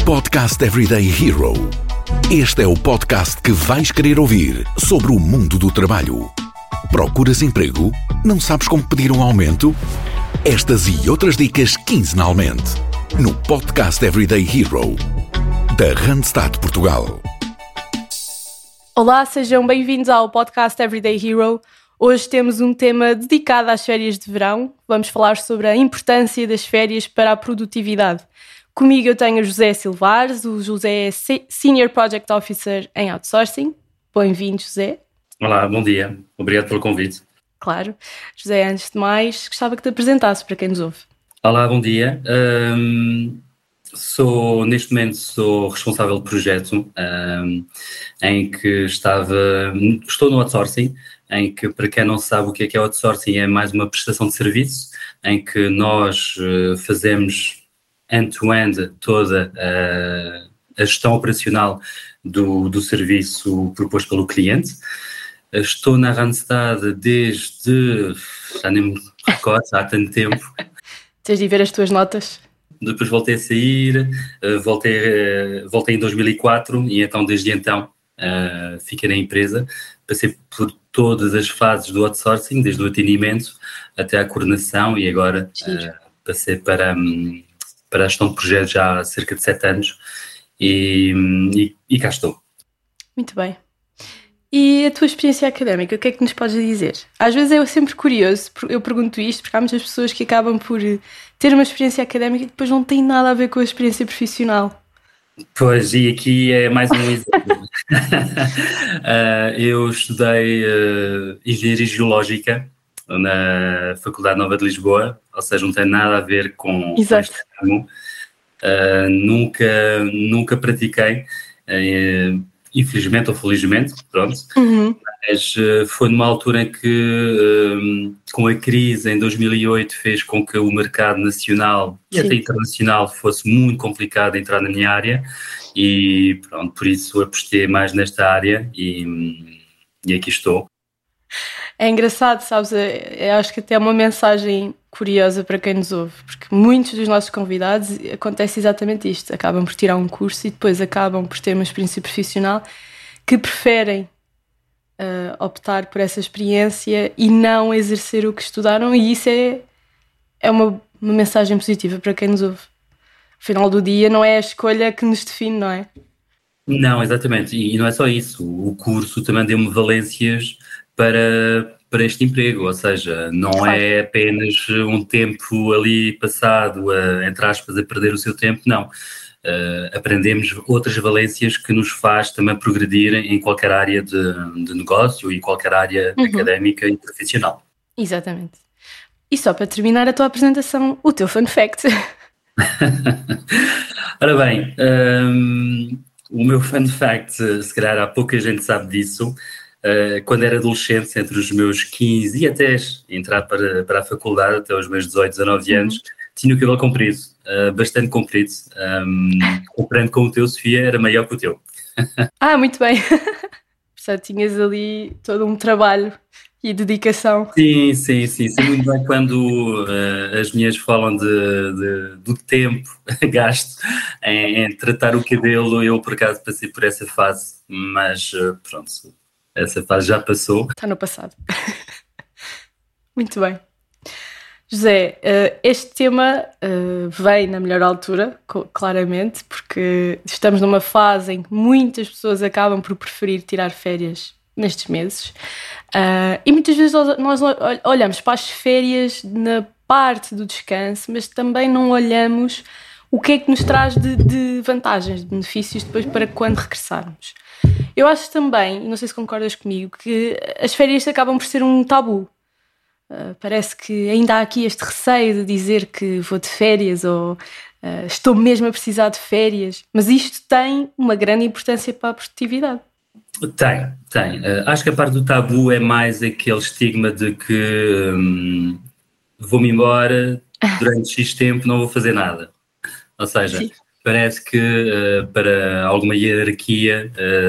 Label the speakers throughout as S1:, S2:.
S1: Podcast Everyday Hero. Este é o podcast que vais querer ouvir sobre o mundo do trabalho. Procuras emprego? Não sabes como pedir um aumento? Estas e outras dicas quinzenalmente no Podcast Everyday Hero da Randstad Portugal.
S2: Olá, sejam bem-vindos ao Podcast Everyday Hero. Hoje temos um tema dedicado às férias de verão. Vamos falar sobre a importância das férias para a produtividade. Comigo eu tenho o José Silvares. O José é Senior Project Officer em Outsourcing. Bem-vindo, José.
S3: Olá, bom dia. Obrigado pelo convite.
S2: Claro. José, antes de mais, gostava que te apresentasses para quem nos ouve.
S3: Olá, bom dia. Neste momento sou responsável de projeto em que estou no outsourcing, em que, para quem não sabe o que é outsourcing, é mais uma prestação de serviço, em que nós fazemos end-to-end toda a gestão operacional do serviço proposto pelo cliente. Estou na Randstad desde, já nem me recordo, há tanto tempo.
S2: Tens de ver as tuas notas?
S3: Depois voltei a sair, voltei em 2004 e então desde então fiquei na empresa. Passei por todas as fases do outsourcing, desde o atendimento até à coordenação e agora passei para a gestão de projetos já há cerca de 7 anos e cá estou.
S2: Muito bem. E a tua experiência académica, o que é que nos podes dizer? Às vezes é sempre curioso, eu pergunto isto, porque há muitas pessoas que acabam por ter uma experiência académica que depois não tem nada a ver com a experiência profissional.
S3: Pois, e aqui é mais um exemplo. Eu estudei Engenharia Geológica na Faculdade Nova de Lisboa, ou seja, não tem nada a ver com este ramo. Nunca pratiquei, infelizmente ou felizmente, pronto. Mas foi numa altura em que, com a crise em 2008, fez com que o mercado nacional e até internacional fosse muito complicado entrar na minha área e pronto, por isso apostei mais nesta área e aqui estou.
S2: É engraçado, sabes, eu acho que até é uma mensagem curiosa para quem nos ouve, porque muitos dos nossos convidados acontece exatamente isto, acabam por tirar um curso e depois acabam por ter uma experiência profissional que preferem optar por essa experiência e não exercer o que estudaram, e isso é uma mensagem positiva para quem nos ouve. No final do dia não é a escolha que nos define, não é?
S3: Não, exatamente, e não é só isso, o curso também deu-me valências para este emprego, ou seja, não é apenas um tempo ali passado, entre aspas, a perder o seu tempo, não. Aprendemos outras valências que nos faz também progredir em qualquer área de negócio e qualquer área académica e profissional.
S2: Exatamente. E só para terminar a tua apresentação, o teu fun fact.
S3: Ora bem, o meu fun fact, se calhar há pouca gente sabe disso. Quando era adolescente, entre os meus 15 e até entrar para a faculdade, até os meus 18, 19 anos, tinha o cabelo comprido, bastante comprido. Comparando com o teu, Sofia, era maior que o teu.
S2: Muito bem. Portanto, tinhas ali todo um trabalho e dedicação.
S3: Sim, muito bem quando as mulheres falam do tempo gasto em tratar o cabelo. Eu, por acaso, passei por essa fase, mas pronto. Essa fase já passou.
S2: Está no passado. Muito bem. José, este tema vem na melhor altura, claramente, porque estamos numa fase em que muitas pessoas acabam por preferir tirar férias nestes meses. E muitas vezes nós olhamos para as férias na parte do descanso, mas também não olhamos o que é que nos traz de vantagens, de benefícios depois para quando regressarmos. Eu acho também, não sei se concordas comigo, que as férias acabam por ser um tabu. Parece que ainda há aqui este receio de dizer que vou de férias ou estou mesmo a precisar de férias, mas isto tem uma grande importância para a produtividade.
S3: Tem. Acho que a parte do tabu é mais aquele estigma de que vou-me embora, durante X tempo não vou fazer nada. Ou seja, parece que para alguma hierarquia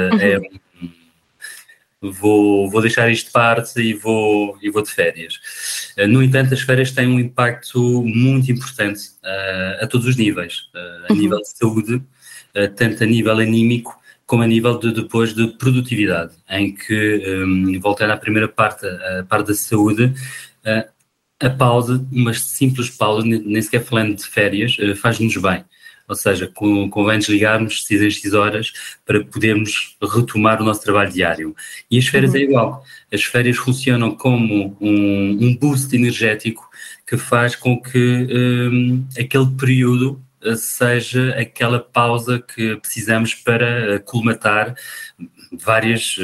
S3: vou deixar isto de parte e vou de férias. No entanto, as férias têm um impacto muito importante a todos os níveis. A nível de saúde, tanto a nível anímico como a nível depois de produtividade, em que, voltando à primeira parte, a parte da saúde, a pausa, uma simples pausa, nem sequer falando de férias, faz-nos bem. Ou seja, convém desligarmos 6 a 6 horas para podermos retomar o nosso trabalho diário. E as férias é igual. As férias funcionam como um boost energético que faz com que aquele período seja aquela pausa que precisamos para colmatar várias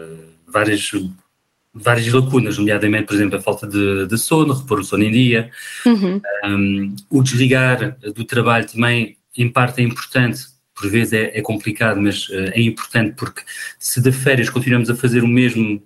S3: lacunas, nomeadamente, por exemplo, a falta de sono, repor o sono em dia. O desligar do trabalho também, em parte, é importante. Por vezes é complicado, mas é importante porque se de férias continuamos a fazer o mesmo,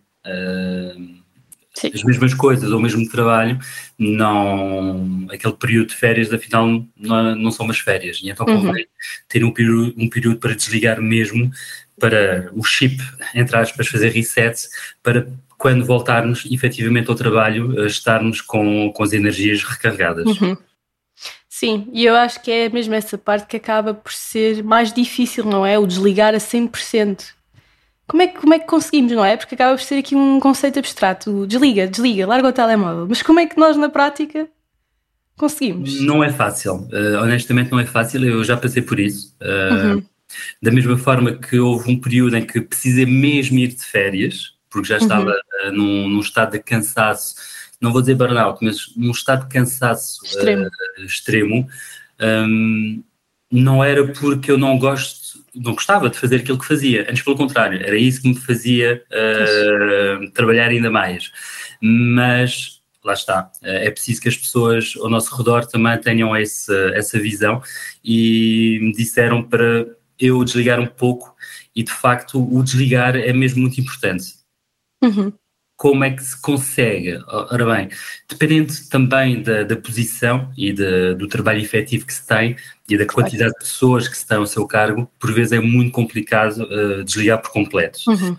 S3: as mesmas coisas ou o mesmo trabalho, aquele período de férias, afinal, não são umas férias. E então convém ter um período para desligar mesmo, para o chip, entre aspas, fazer reset, para quando voltarmos efetivamente ao trabalho, estarmos com as energias recarregadas.
S2: Sim, e eu acho que é mesmo essa parte que acaba por ser mais difícil, não é? O desligar a 100%. Como é que conseguimos, não é? Porque acaba por ser aqui um conceito abstrato. Desliga, larga o telemóvel. Mas como é que nós, na prática, conseguimos?
S3: Não é fácil. Honestamente, não é fácil. Eu já passei por isso. Da mesma forma que houve um período em que precisei mesmo ir de férias, porque já estava num estado de cansaço, não vou dizer burnout, mas num estado de cansaço extremo. Não era porque eu não gostava de fazer aquilo que fazia, antes pelo contrário, era isso que me fazia trabalhar ainda mais. Mas lá está, é preciso que as pessoas ao nosso redor também tenham essa visão, e me disseram para eu desligar um pouco, e de facto o desligar é mesmo muito importante. Como é que se consegue? Ora bem, dependendo também da posição e do trabalho efetivo que se tem e da quantidade de pessoas que estão ao seu cargo, por vezes é muito complicado desligar por completo.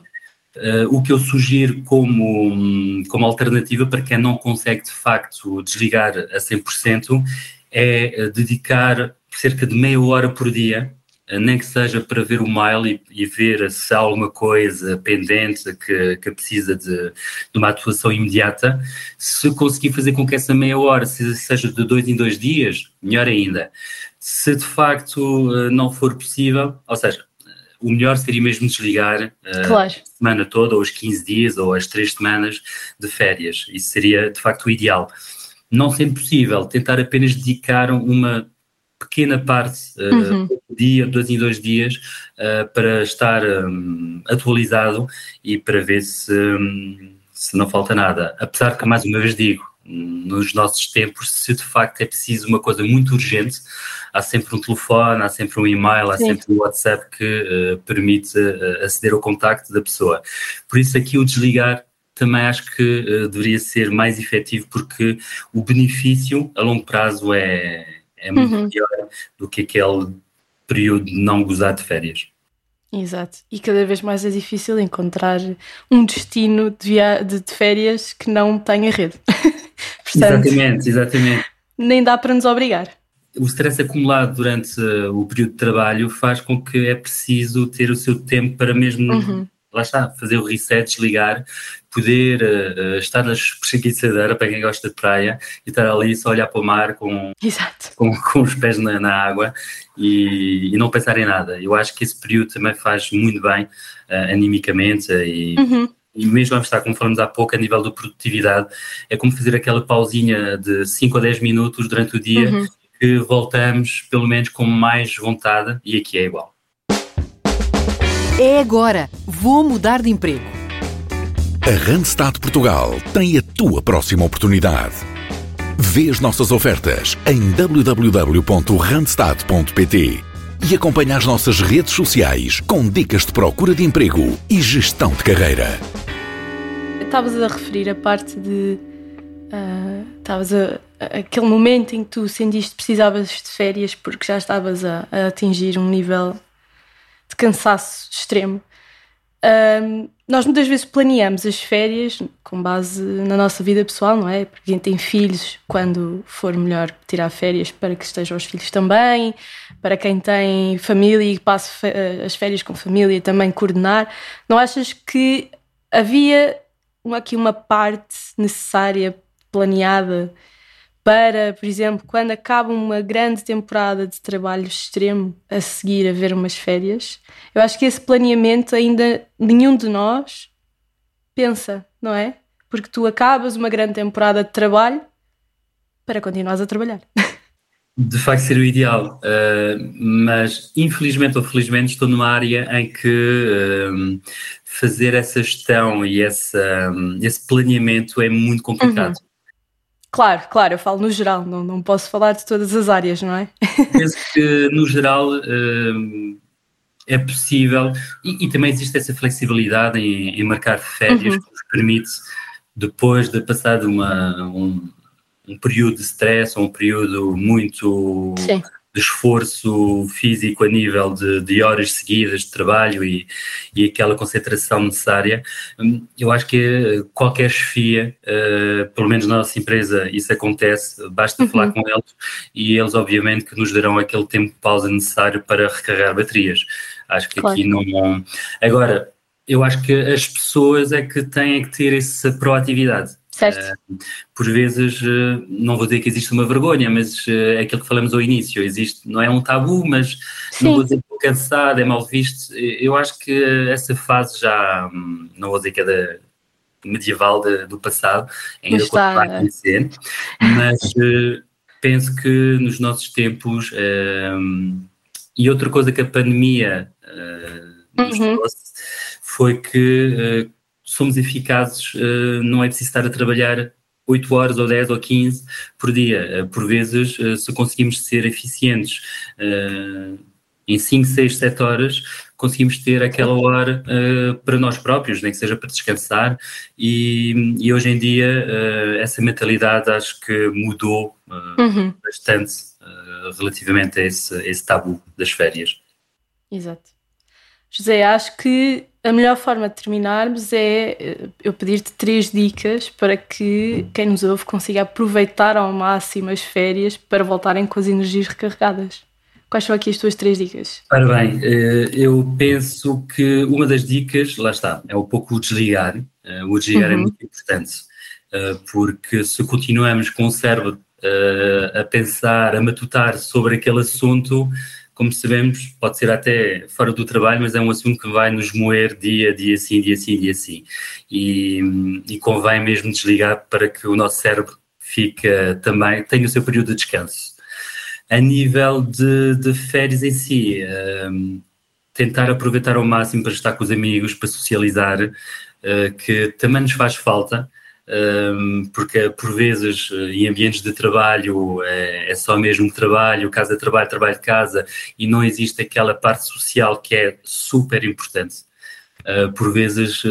S3: O que eu sugiro como alternativa para quem não consegue de facto desligar a 100% é dedicar cerca de meia hora por dia, nem que seja para ver o mail e ver se há alguma coisa pendente que precisa de uma atuação imediata. Se conseguir fazer com que essa meia hora seja de 2 em 2 dias, melhor ainda. Se de facto não for possível, ou seja, o melhor seria mesmo desligar a semana toda, ou os 15 dias, ou as 3 semanas de férias. Isso seria de facto o ideal. Não sendo possível, tentar apenas dedicar uma pequena parte, dia, 2 em 2 dias, para estar atualizado e para ver se não falta nada. Apesar que, mais uma vez digo, nos nossos tempos, se de facto é preciso uma coisa muito urgente, há sempre um telefone, há sempre um e-mail, há sempre um WhatsApp que permite aceder ao contacto da pessoa. Por isso aqui o desligar também acho que deveria ser mais efetivo, porque o benefício a longo prazo é muito melhor do que aquele período de não gozar de férias.
S2: Exato. E cada vez mais é difícil encontrar um destino de férias que não tenha rede. Portanto,
S3: exatamente.
S2: Nem dá para nos obrigar.
S3: O stress acumulado durante o período de trabalho faz com que é preciso ter o seu tempo para mesmo, lá está, fazer o reset, desligar, poder estar na espreguiçadeira, para quem gosta de praia, e estar ali só olhar para o mar com os pés na água e não pensar em nada. Eu acho que esse período também faz muito bem animicamente e mesmo vamos estar, como falamos há pouco, a nível de produtividade, é como fazer aquela pausinha de 5 a 10 minutos durante o dia, que voltamos pelo menos com mais vontade, e aqui é igual.
S4: É agora, vou mudar de emprego.
S1: A Randstad Portugal tem a tua próxima oportunidade. Vê as nossas ofertas em www.randstad.pt e acompanha as nossas redes sociais com dicas de procura de emprego e gestão de carreira.
S2: Estavas a referir a parte de... aquele momento em que tu sentiste que precisavas de férias porque já estavas a atingir um nível de cansaço extremo. Nós muitas vezes planeamos as férias com base na nossa vida pessoal, não é? Porque quem tem filhos, quando for melhor tirar férias para que estejam os filhos também, para quem tem família e passe as férias com família também coordenar. Não achas que havia aqui uma parte necessária, planeada, para, por exemplo, quando acaba uma grande temporada de trabalho extremo, a seguir haver umas férias? Eu acho que esse planeamento ainda nenhum de nós pensa, não é? Porque tu acabas uma grande temporada de trabalho para continuares a trabalhar.
S3: De facto seria o ideal, mas infelizmente ou felizmente estou numa área em que fazer essa gestão e esse planeamento é muito complicado.
S2: Claro, eu falo no geral, não posso falar de todas as áreas, não é?
S3: Penso que no geral é possível e também existe essa flexibilidade em marcar férias que nos permite, depois de passar um período de stress ou um período muito de esforço físico a nível de horas seguidas de trabalho e aquela concentração necessária. Eu acho que qualquer chefia, pelo menos na nossa empresa, isso acontece, basta falar com eles e eles obviamente que nos darão aquele tempo de pausa necessário para recarregar baterias. Acho que aqui não... Agora, eu acho que as pessoas é que têm que ter essa proatividade.
S2: Certo.
S3: Por vezes, não vou dizer que existe uma vergonha, mas é aquilo que falamos ao início, existe, não é um tabu, mas não vou dizer que estou cansado, é mal visto. Eu acho que essa fase já, não vou dizer que é da medieval do passado, ainda vai acontecer, mas penso que nos nossos tempos, e outra coisa que a pandemia nos trouxe foi que somos eficazes, não é preciso estar a trabalhar 8 horas ou 10 ou 15 por dia. Por vezes, se conseguimos ser eficientes em 5, 6, 7 horas, conseguimos ter aquela hora para nós próprios, nem que seja para descansar. E hoje em dia, essa mentalidade acho que mudou bastante relativamente a esse tabu das férias.
S2: Exato. José, acho que a melhor forma de terminarmos é eu pedir-te 3 dicas para que quem nos ouve consiga aproveitar ao máximo as férias para voltarem com as energias recarregadas. Quais são aqui as tuas 3 dicas?
S3: Ora bem, eu penso que uma das dicas, lá está, é um pouco o desligar. O desligar é muito importante, porque se continuamos com o cérebro a pensar, a matutar sobre aquele assunto, como sabemos, pode ser até fora do trabalho, mas é um assunto que vai nos moer dia sim. E convém mesmo desligar para que o nosso cérebro tenha o seu período de descanso. A nível de férias em si, tentar aproveitar ao máximo para estar com os amigos, para socializar, que também nos faz falta. Porque por vezes em ambientes de trabalho é só mesmo trabalho, casa-trabalho, trabalho-casa e não existe aquela parte social que é super importante. Por vezes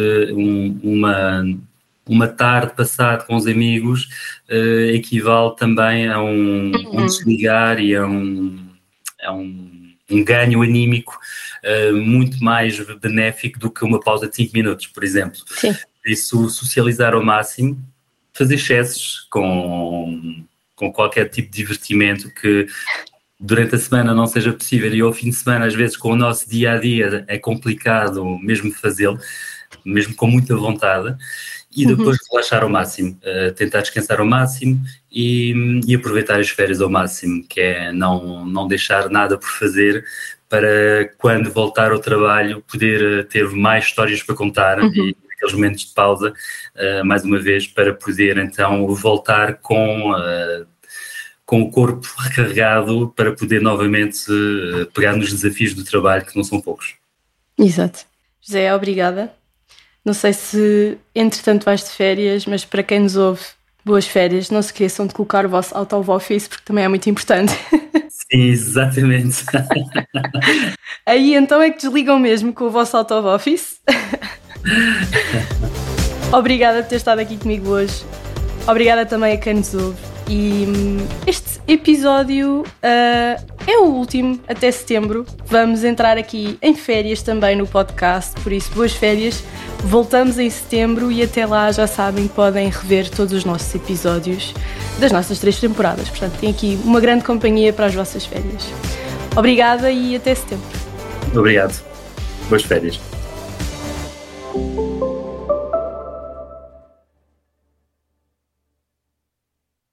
S3: uma tarde passada com os amigos equivale também a um desligar e a um ganho anímico muito mais benéfico do que uma pausa de 5 minutos, por exemplo.
S2: Sim.
S3: Isso, socializar ao máximo, fazer excessos com qualquer tipo de divertimento que durante a semana não seja possível e ao fim de semana, às vezes, com o nosso dia-a-dia é complicado mesmo fazê-lo, mesmo com muita vontade, e depois relaxar ao máximo, tentar descansar ao máximo e aproveitar as férias ao máximo, que é não deixar nada por fazer para quando voltar ao trabalho poder ter mais histórias para contar e aqueles momentos de pausa, mais uma vez, para poder então voltar com o corpo recarregado para poder novamente pegar nos desafios do trabalho, que não são poucos.
S2: Exato. José, obrigada. Não sei se entretanto vais de férias, mas para quem nos ouve, boas férias. Não se esqueçam de colocar o vosso out of office, porque também é muito importante.
S3: Sim, exatamente.
S2: Aí então é que desligam mesmo com o vosso out of office. Obrigada por ter estado aqui comigo hoje. Obrigada também a quem nos ouve. E este episódio é é o último até setembro. Vamos entrar aqui em férias também no podcast, por isso, boas férias. Voltamos em setembro e até lá, já sabem, podem rever todos os nossos episódios das nossas 3 temporadas. Portanto, tem aqui uma grande companhia para as vossas férias. Obrigada e até setembro.
S3: Obrigado. Boas férias.